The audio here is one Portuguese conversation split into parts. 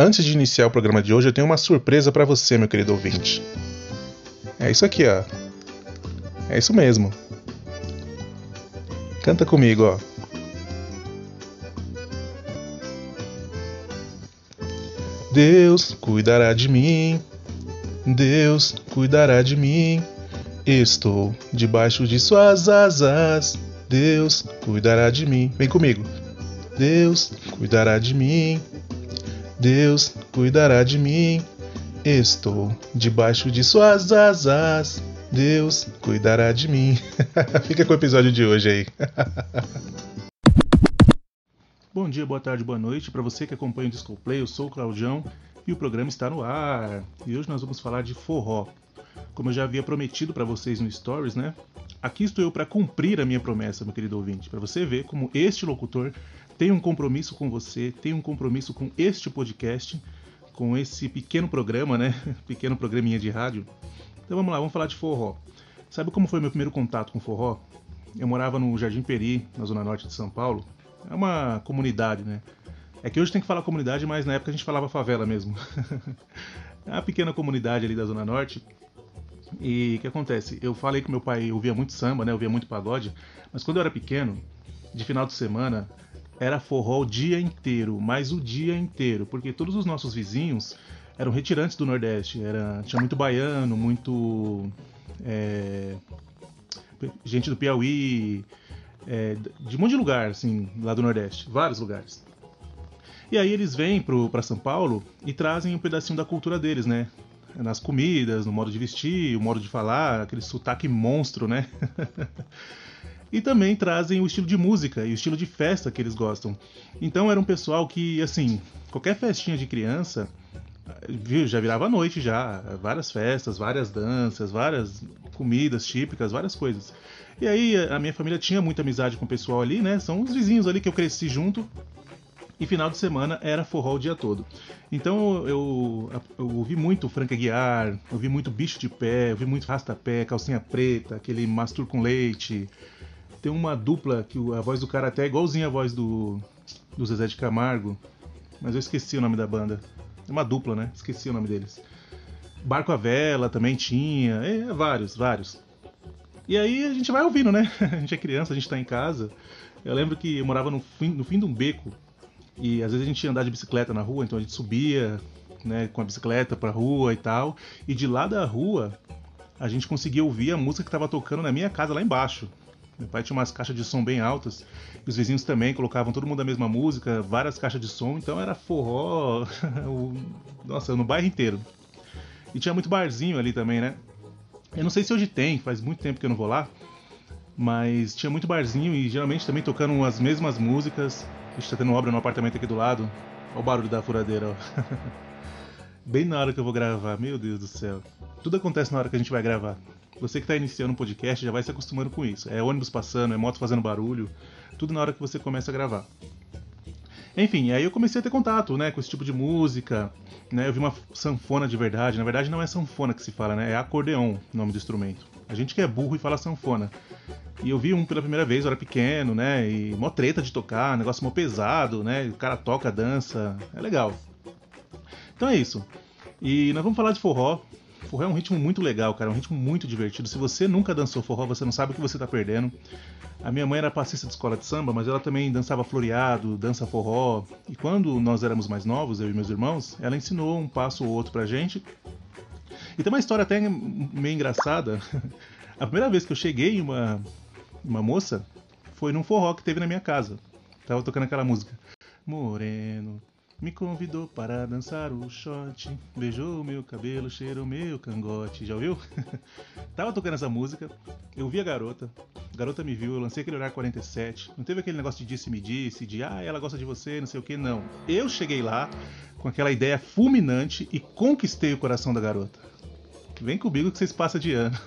Antes de iniciar o programa de hoje, eu tenho uma surpresa pra você, meu querido ouvinte. É isso aqui, ó. É isso mesmo. Canta comigo, ó. Deus cuidará de mim. Deus cuidará de mim. Estou debaixo de suas asas. Deus cuidará de mim. Vem comigo. Deus cuidará de mim. Deus cuidará de mim. Estou debaixo de suas asas. Deus cuidará de mim. Fica com o episódio de hoje aí. Bom dia, boa tarde, boa noite. Para você que acompanha o Discoplay, eu sou o Claudião e o programa está no ar. E hoje nós vamos falar de forró. Como eu já havia prometido para vocês no Stories, né? Aqui estou eu para cumprir a minha promessa, meu querido ouvinte. Para você ver como este locutor tem um compromisso com você, tem um compromisso com este podcast, com esse pequeno programa, né? Pequeno programinha de rádio. Então vamos lá, vamos falar de forró. Sabe como foi meu primeiro contato com forró? Eu morava no Jardim Peri, na zona norte de São Paulo. É uma comunidade, né? É que hoje tem que falar comunidade, mas na época a gente falava favela mesmo. É uma pequena comunidade ali da zona norte. E o que acontece? Eu falei que meu pai ouvia muito samba, né? Ouvia muito pagode. Mas quando eu era pequeno, de final de semana, era forró o dia inteiro. Mas o dia inteiro. Porque todos os nossos vizinhos eram retirantes do Nordeste. Tinha muito baiano, muito... gente do Piauí... de um monte de lugar, assim, lá do Nordeste, vários lugares. E aí eles vêm pra São Paulo e trazem um pedacinho da cultura deles, né? Nas comidas, no modo de vestir, o modo de falar, aquele sotaque monstro, né? E também trazem o estilo de música e o estilo de festa que eles gostam. Então era um pessoal que, assim, qualquer festinha de criança, viu, já virava noite já, várias festas, várias danças, várias comidas típicas, várias coisas. E aí a minha família tinha muita amizade com o pessoal ali, né? São os vizinhos ali que eu cresci junto. E final de semana era forró o dia todo. Então eu ouvi muito Franca Aguiar, ouvi muito Bicho de Pé, ouvi muito Rastapé, Calcinha Preta, aquele Mastur com Leite. Tem uma dupla que a voz do cara até é igualzinha a voz do Zezé de Camargo, mas eu esqueci o nome da banda. É uma dupla, né? Esqueci o nome deles. Barco à Vela também tinha, vários. E aí a gente vai ouvindo, né? A gente é criança, a gente tá em casa. Eu lembro que eu morava no fim de um beco. E às vezes a gente ia andar de bicicleta na rua, então a gente subia, né, com a bicicleta pra rua e tal. E de lá da rua, a gente conseguia ouvir a música que estava tocando na minha casa lá embaixo. Meu pai tinha umas caixas de som bem altas. E os vizinhos também colocavam todo mundo a mesma música, várias caixas de som. Então era forró, nossa, no bairro inteiro. E tinha muito barzinho ali também, né? Eu não sei se hoje tem, faz muito tempo que eu não vou lá. Mas tinha muito barzinho e geralmente também tocando as mesmas músicas. A gente tá tendo obra no apartamento aqui do lado. Olha o barulho da furadeira, ó. Bem na hora que eu vou gravar, meu Deus do céu. Tudo acontece na hora que a gente vai gravar. Você que tá iniciando um podcast já vai se acostumando com isso. É ônibus passando, é moto fazendo barulho. Tudo na hora que você começa a gravar. Enfim, aí eu comecei a ter contato, né, com esse tipo de música, né, eu vi uma sanfona de verdade. Na verdade não é sanfona que se fala, né, é acordeon o nome do instrumento. A gente que é burro e fala sanfona. E eu vi um pela primeira vez, eu era pequeno, né, e mó treta de tocar, negócio mó pesado, né, o cara toca, dança, é legal. Então é isso. E nós vamos falar de forró. Forró é um ritmo muito legal, cara, é um ritmo muito divertido. Se você nunca dançou forró, você não sabe o que você tá perdendo. A minha mãe era passista de escola de samba, mas ela também dançava floreado, dança forró. E quando nós éramos mais novos, eu e meus irmãos, ela ensinou um passo ou outro pra gente. E tem uma história até meio engraçada. A primeira vez que eu cheguei em uma moça foi num forró que teve na minha casa. Tava tocando aquela música. Moreno, me convidou para dançar o shot, beijou o meu cabelo, cheirou o meu cangote. Já ouviu? Tava tocando essa música, eu vi a garota me viu, eu lancei aquele olhar 47. Não teve aquele negócio de disse-me disse, de ela gosta de você, não sei o que, não. Eu cheguei lá com aquela ideia fulminante e conquistei o coração da garota. Vem comigo que vocês passam de ano.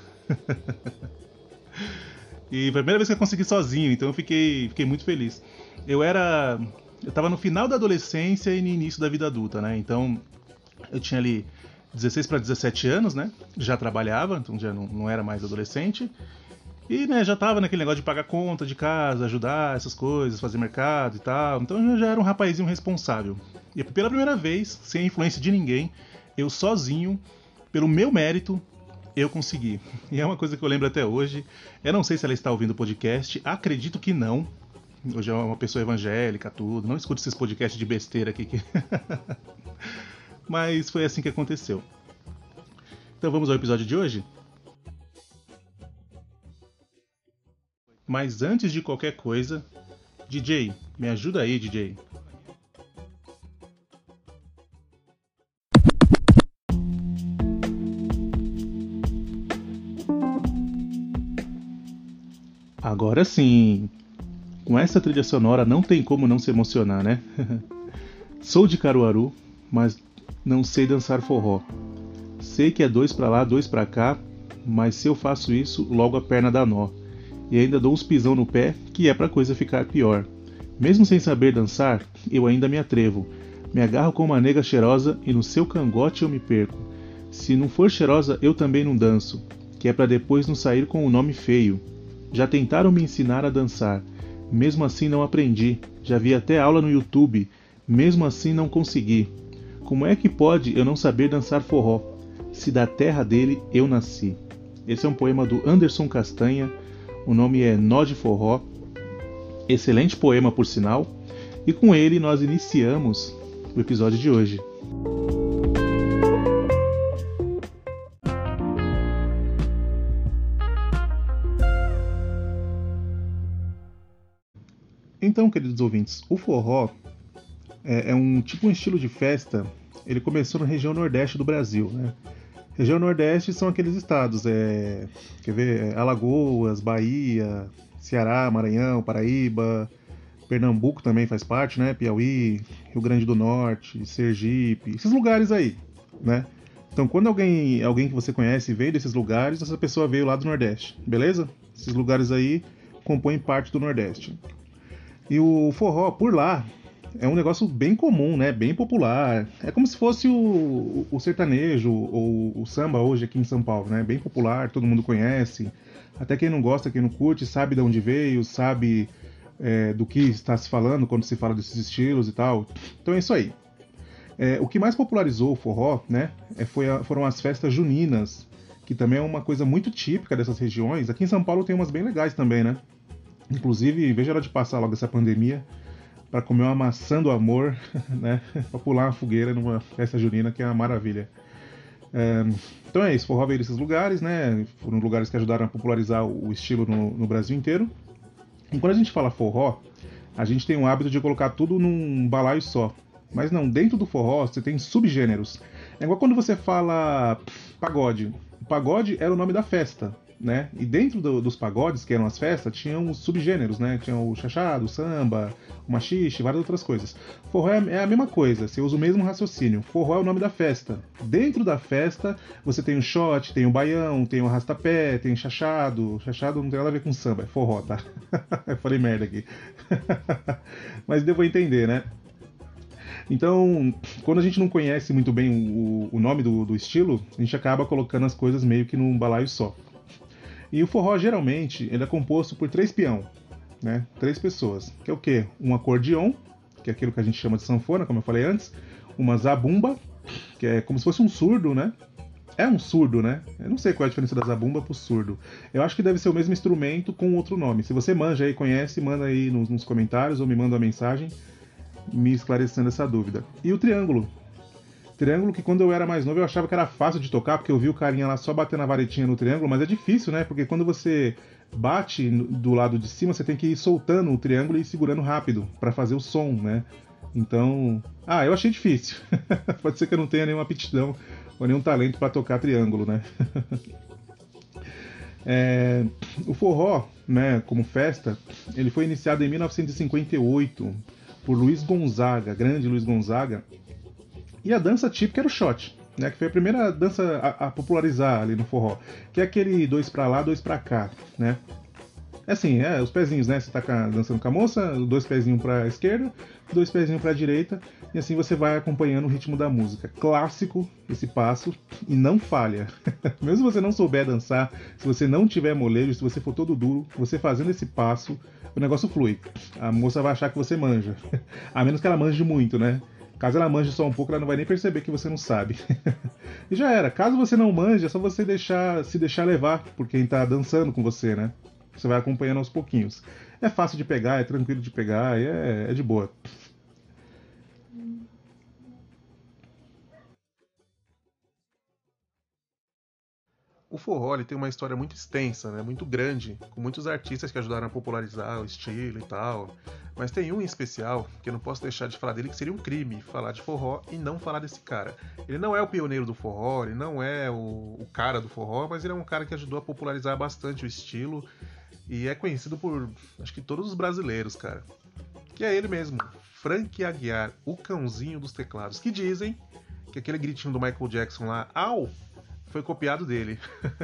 E foi a primeira vez que eu consegui sozinho, então eu fiquei muito feliz. Eu tava no final da adolescência e no início da vida adulta, né? Então eu tinha ali 16 para 17 anos, né? Já trabalhava, então já não era mais adolescente. E, né, já tava naquele negócio de pagar conta de casa, ajudar essas coisas, fazer mercado e tal. Então eu já era um rapazinho responsável. E pela primeira vez, sem a influência de ninguém, eu sozinho, pelo meu mérito, eu consegui. E é uma coisa que eu lembro até hoje. Eu não sei se ela está ouvindo o podcast, acredito que não. Hoje é uma pessoa evangélica, tudo. Não escute esses podcasts de besteira aqui. Mas foi assim que aconteceu. Então vamos ao episódio de hoje? Mas antes de qualquer coisa, DJ, me ajuda aí, DJ. Agora sim, com essa trilha sonora não tem como não se emocionar, né? Sou de Caruaru, mas não sei dançar forró. Sei que é 2 pra lá, 2 pra cá, mas se eu faço isso, logo a perna dá nó. E ainda dou uns pisão no pé, que é pra coisa ficar pior. Mesmo sem saber dançar, eu ainda me atrevo. Me agarro com uma nega cheirosa e no seu cangote eu me perco. Se não for cheirosa, eu também não danço, que é pra depois não sair com o nome feio. Já tentaram me ensinar a dançar, mesmo assim não aprendi. Já vi até aula no YouTube, mesmo assim não consegui. Como é que pode eu não saber dançar forró, se da terra dele eu nasci? Esse é um poema do Anderson Castanha, o nome é Nó de Forró. Excelente poema, por sinal, e com ele nós iniciamos o episódio de hoje. Então, queridos ouvintes, o forró é um estilo de festa. Ele começou na região nordeste do Brasil, né? Região nordeste são aqueles estados, quer ver, Alagoas, Bahia, Ceará, Maranhão, Paraíba, Pernambuco também faz parte, né? Piauí, Rio Grande do Norte, Sergipe, esses lugares aí, né? Então, quando alguém que você conhece veio desses lugares, essa pessoa veio lá do Nordeste, beleza? Esses lugares aí compõem parte do Nordeste. E o forró, por lá, é um negócio bem comum, né? Bem popular. É como se fosse o sertanejo ou o samba hoje aqui em São Paulo, né? Bem popular, todo mundo conhece. Até quem não gosta, quem não curte, sabe de onde veio, sabe do que está se falando quando se fala desses estilos e tal. Então é isso aí. O que mais popularizou o forró, né? Foram as festas juninas, que também é uma coisa muito típica dessas regiões. Aqui em São Paulo tem umas bem legais também, né? Inclusive, veja a hora de passar logo essa pandemia para comer uma maçã do amor, né? Para pular uma fogueira numa festa junina, que é uma maravilha. Então é isso, forró veio desses lugares, né? Foram lugares que ajudaram a popularizar o estilo no Brasil inteiro. E quando a gente fala forró, a gente tem o hábito de colocar tudo num balaio só. Mas não, dentro do forró você tem subgêneros. É igual quando você fala pagode. O pagode era o nome da festa, né? E dentro dos pagodes, que eram as festas, tinham os subgêneros, né? Tinha o chachado, o samba, o machixe, várias outras coisas. Forró é a mesma coisa, você usa o mesmo raciocínio. Forró é o nome da festa. Dentro da festa, você tem o shot, tem o baião, tem o arrastapé, tem o chachado. Chachado não tem nada a ver com samba, é forró, tá? Eu falei merda aqui. Mas devo entender, né? Então, quando a gente não conhece muito bem o nome do estilo, a gente acaba colocando as coisas meio que num balaio só. E o forró, geralmente, ele é composto por 3 peão, né? 3 pessoas. Que é o quê? Um acordeon, que é aquilo que a gente chama de sanfona, como eu falei antes. Uma zabumba, que é como se fosse um surdo, né? É um surdo, né? Eu não sei qual é a diferença da zabumba pro surdo. Eu acho que deve ser o mesmo instrumento com outro nome. Se você manja aí, conhece, manda aí nos comentários ou me manda uma mensagem me esclarecendo essa dúvida. E o triângulo. Triângulo que quando eu era mais novo eu achava que era fácil de tocar, porque eu vi o carinha lá só batendo a varetinha no triângulo, mas é difícil, né? Porque quando você bate do lado de cima, você tem que ir soltando o triângulo e segurando rápido para fazer o som, né? Então, eu achei difícil. Pode ser que eu não tenha nenhuma aptidão ou nenhum talento para tocar triângulo, né? O forró, né, como festa, ele foi iniciado em 1958 por Luiz Gonzaga, grande Luiz Gonzaga, e a dança típica era o shot, né, que foi a primeira dança a popularizar ali no forró, que é aquele 2 pra lá, 2 pra cá, né? É assim, os pezinhos, né? Você tá dançando com a moça, dois pezinhos pra esquerda, dois pezinhos pra direita, e assim você vai acompanhando o ritmo da música. Clássico esse passo e não falha. Mesmo se você não souber dançar, se você não tiver molejo, se você for todo duro, você fazendo esse passo, o negócio flui. A moça vai achar que você manja. A menos que ela manje muito, né? Caso ela manje só um pouco, ela não vai nem perceber que você não sabe. E já era. Caso você não manje, é só você se deixar levar por quem tá dançando com você, né? Você vai acompanhando aos pouquinhos. É fácil de pegar, é tranquilo de pegar, é de boa. O forró ele tem uma história muito extensa, né? Muito grande, com muitos artistas que ajudaram a popularizar o estilo e tal. Mas tem um em especial que eu não posso deixar de falar dele, que seria um crime falar de forró e não falar desse cara. Ele não é o pioneiro do forró, ele não é o cara do forró, mas ele é um cara que ajudou a popularizar bastante o estilo e é conhecido por, acho que todos os brasileiros, cara. Que é ele mesmo, Frank Aguiar, o cãozinho dos teclados, que dizem que aquele gritinho do Michael Jackson lá, au, foi copiado dele.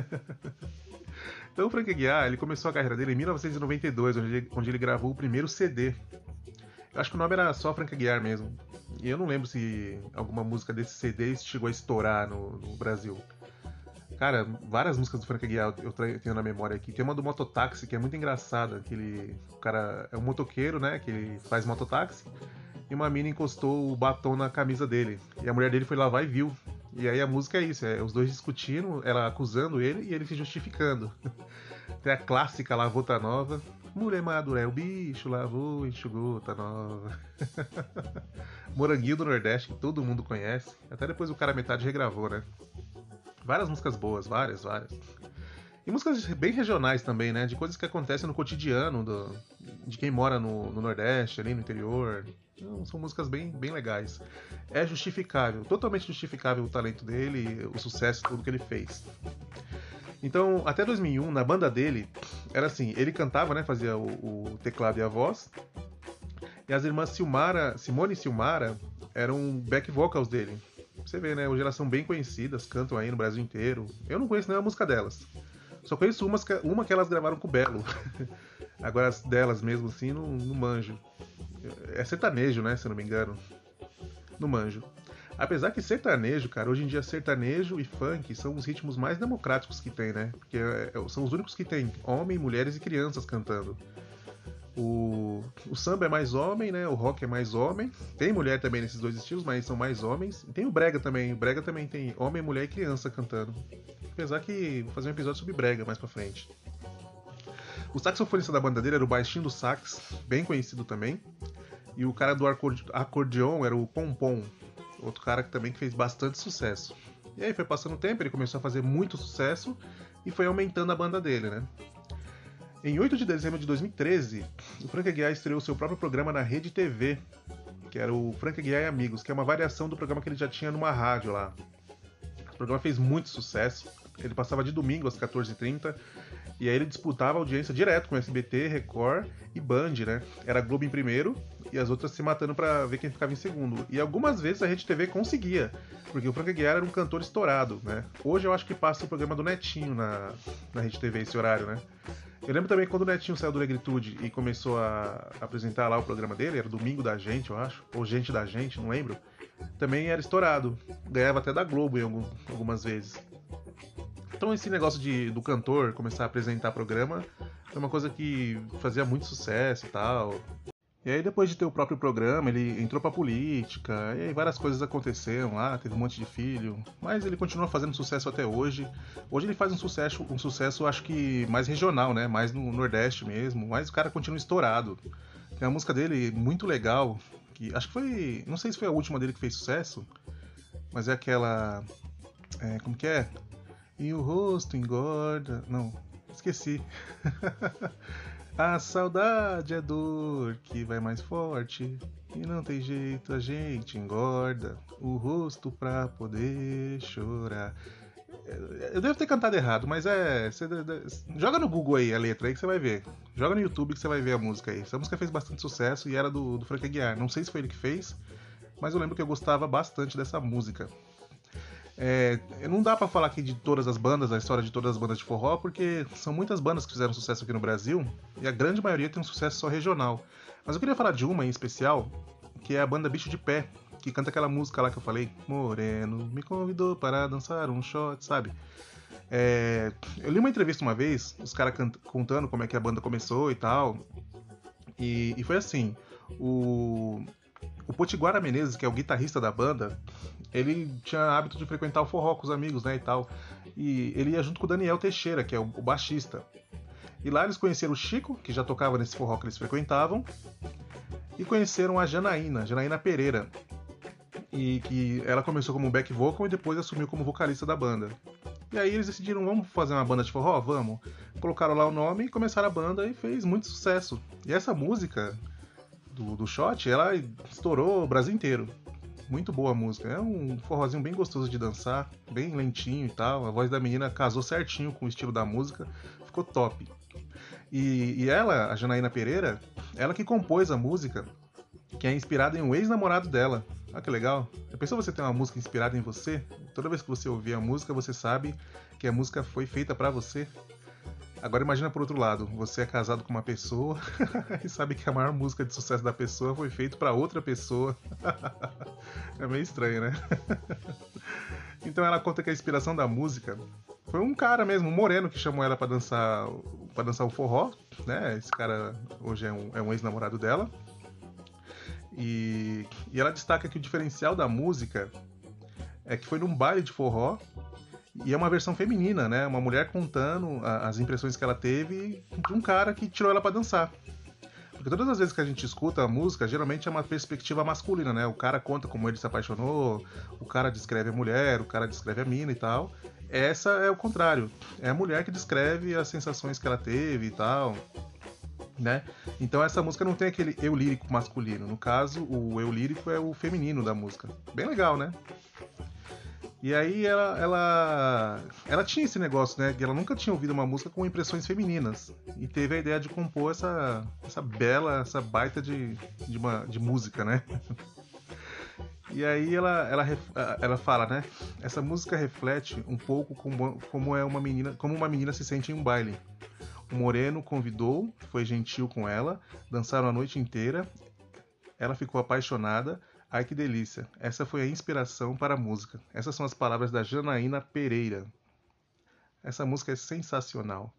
Então o Frank Aguiar, ele começou a carreira dele em 1992, onde ele gravou o primeiro CD. Eu acho que o nome era só Frank Aguiar mesmo. E eu não lembro se alguma música desse CD chegou a estourar no Brasil. Cara, várias músicas do Frank Aguiar eu tenho na memória aqui. Tem uma do Mototáxi que é muito engraçada. O cara é um motoqueiro, né? Que ele faz mototáxi. E uma mina encostou o batom na camisa dele. E a mulher dele foi lavar e viu. E aí a música é isso, é os dois discutindo, ela acusando ele e ele se justificando. Tem a clássica Lavou Tá Nova. Mulher madura é o bicho, lavou, enxugou, tá nova. Moranguinho do Nordeste, que todo mundo conhece. Até depois o cara metade regravou, né? Várias músicas boas, várias, várias. E músicas bem regionais também, né? De coisas que acontecem no cotidiano de quem mora no Nordeste, ali no interior. Então, são músicas bem legais. É justificável, totalmente justificável o talento dele, o sucesso, tudo que ele fez. Então, até 2001, na banda dele, era assim, ele cantava, né? Fazia o teclado e a voz. E as irmãs Simone e Silmara eram back vocals dele. Você vê, né? Hoje elas são bem conhecidas, cantam aí no Brasil inteiro. Eu não conheço nenhuma música delas. Só conheço uma que elas gravaram com o Belo. Agora as delas mesmo assim, não manjo. É sertanejo, né? Se eu não me engano. Não manjo. Apesar que sertanejo, cara, hoje em dia sertanejo e funk são os ritmos mais democráticos que tem, né? Porque são os únicos que tem homem, mulheres e crianças cantando. O samba é mais homem, né? O rock é mais homem. Tem mulher também nesses dois estilos, mas são mais homens. E tem o brega também. O brega também tem homem, mulher e criança cantando. Apesar que vou fazer um episódio sobre brega mais pra frente. O saxofonista da banda dele era o Baixinho do Sax, bem conhecido também. E o cara do acordeon era o Pompom, outro cara que também fez bastante sucesso. E aí foi passando o tempo, ele começou a fazer muito sucesso e foi aumentando a banda dele, né? Em 8 de dezembro de 2013, o Frank Aguiar estreou seu próprio programa na Rede TV, que era o Frank Aguiar e Amigos, que é uma variação do programa que ele já tinha numa rádio lá. O programa fez muito sucesso, ele passava de domingo às 14h30, e aí ele disputava audiência direto com SBT, Record e Band, né? Era Globo em primeiro e as outras se matando pra ver quem ficava em segundo. E algumas vezes a Rede TV conseguia, porque o Frank Aguiar era um cantor estourado, né? Hoje eu acho que passa o programa do Netinho na Rede TV esse horário, né? Eu lembro também que quando o Netinho saiu do Negritude e começou a apresentar lá o programa dele, era Domingo da Gente, eu acho, ou Gente da Gente, não lembro. Também era estourado, ganhava até da Globo em algumas vezes. Então esse negócio do cantor começar a apresentar programa foi uma coisa que fazia muito sucesso e tal. E aí depois de ter o próprio programa, ele entrou pra política, e aí várias coisas aconteceram lá, teve um monte de filho, mas ele continua fazendo sucesso até hoje. Hoje ele faz um sucesso acho que mais regional, né? Mais no Nordeste mesmo, mas o cara continua estourado. Tem uma música dele muito legal, que acho que foi, não sei se foi a última dele que fez sucesso, mas é aquela, como que é? E o rosto engorda. Não, esqueci. A saudade é dor que vai mais forte. E não tem jeito, a gente engorda o rosto pra poder chorar. Eu devo ter cantado errado, mas joga no Google aí a letra aí que você vai ver. Joga no YouTube que você vai ver a música aí. Essa música fez bastante sucesso e era do Frank Aguiar. Não sei se foi ele que fez, mas eu lembro que eu gostava bastante dessa música. Não dá pra falar aqui de todas as bandas, a história de todas as bandas de forró, porque são muitas bandas que fizeram sucesso aqui no Brasil, e a grande maioria tem um sucesso só regional. Mas eu queria falar de uma em especial, que é a banda Bicho de Pé, que canta aquela música lá que eu falei, Moreno, me convidou para dançar um shot, sabe? Eu li uma entrevista uma vez, os caras contando como é que a banda começou e tal, e foi assim, o Potiguara Menezes, que é o guitarrista da banda, ele tinha hábito de frequentar o forró com os amigos, né, e tal. E ele ia junto com o Daniel Teixeira, que é o baixista. E lá eles conheceram o Chico, que já tocava nesse forró que eles frequentavam, e conheceram a Janaína Pereira. E que ela começou como back vocal e depois assumiu como vocalista da banda. E aí eles decidiram, vamos fazer uma banda de forró? Vamos. Colocaram lá o nome e começaram a banda e fez muito sucesso. E essa música do Shot, ela estourou o Brasil inteiro. Muito boa a música. É um forrozinho bem gostoso de dançar, bem lentinho e tal. A voz da menina casou certinho com o estilo da música, ficou top. E ela, a Janaína Pereira, ela que compôs a música, que é inspirada em um ex-namorado dela. Ah, que legal. Já pensou você ter uma música inspirada em você? Toda vez que você ouvir a música, você sabe que a música foi feita pra você. Agora imagina por outro lado, você é casado com uma pessoa e sabe que a maior música de sucesso da pessoa foi feita pra outra pessoa. É meio estranho, né? Então ela conta que a inspiração da música foi um cara mesmo, um moreno, que chamou ela pra dançar o forró, né? Esse cara hoje é um ex-namorado dela. E ela destaca que o diferencial da música é que foi num baile de forró. E é uma versão feminina, né? Uma mulher contando as impressões que ela teve de um cara que tirou ela pra dançar. Porque todas as vezes que a gente escuta a música, geralmente é uma perspectiva masculina, né? O cara conta como ele se apaixonou, o cara descreve a mulher, o cara descreve a mina e tal. Essa é o contrário. É a mulher que descreve as sensações que ela teve e tal, né? Então essa música não tem aquele eu lírico masculino. No caso, o eu lírico é o feminino da música. Bem legal, né? E aí ela tinha esse negócio, né? Que ela nunca tinha ouvido uma música com impressões femininas. E teve a ideia de compor essa baita de música, né? E aí ela fala, né? Essa música reflete um pouco como uma menina se sente em um baile. O moreno convidou, foi gentil com ela, dançaram a noite inteira. Ela ficou apaixonada. Ai, que delícia. Essa foi a inspiração para a música. Essas são as palavras da Janaína Pereira. Essa música é sensacional.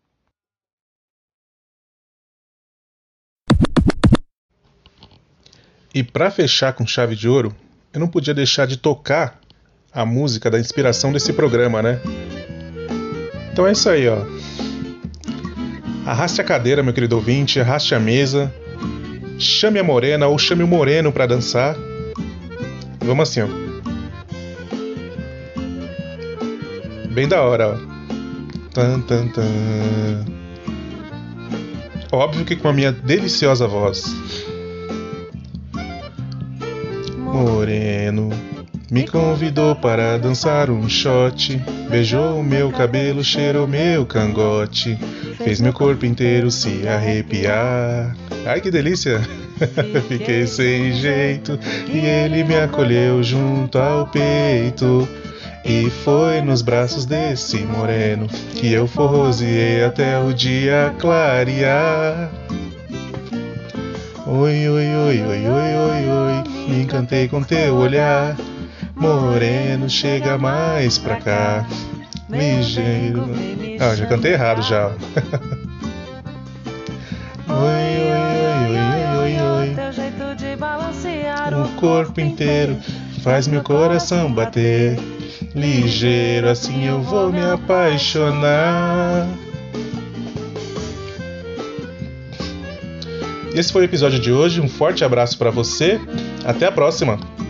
E para fechar com chave de ouro, eu não podia deixar de tocar a música da inspiração desse programa, né? Então é isso aí, ó. Arraste a cadeira, meu querido ouvinte, arraste a mesa, chame a morena ou chame o moreno para dançar. Vamos assim, ó. Bem da hora, ó. Tan, tan, tan. Óbvio que com a minha deliciosa voz. Moreno me convidou para dançar um shot. Beijou o meu cabelo, cheirou meu cangote. Fez meu corpo inteiro se arrepiar. Ai, que delícia! Fiquei sem jeito e ele me acolheu junto ao peito. E foi nos braços desse moreno que eu forroseei até o dia clarear. Oi, oi, oi, oi, oi, oi, oi, me encantei com teu olhar. Moreno, chega mais pra cá. Ligeiro. Ah, já cantei errado já. Oi, oi, oi, oi, oi, oi. Teu jeito de balancear O corpo inteiro faz meu coração bater. Ligeiro, assim eu vou me apaixonar. Esse foi o episódio de hoje. Um forte abraço pra você. Até a próxima.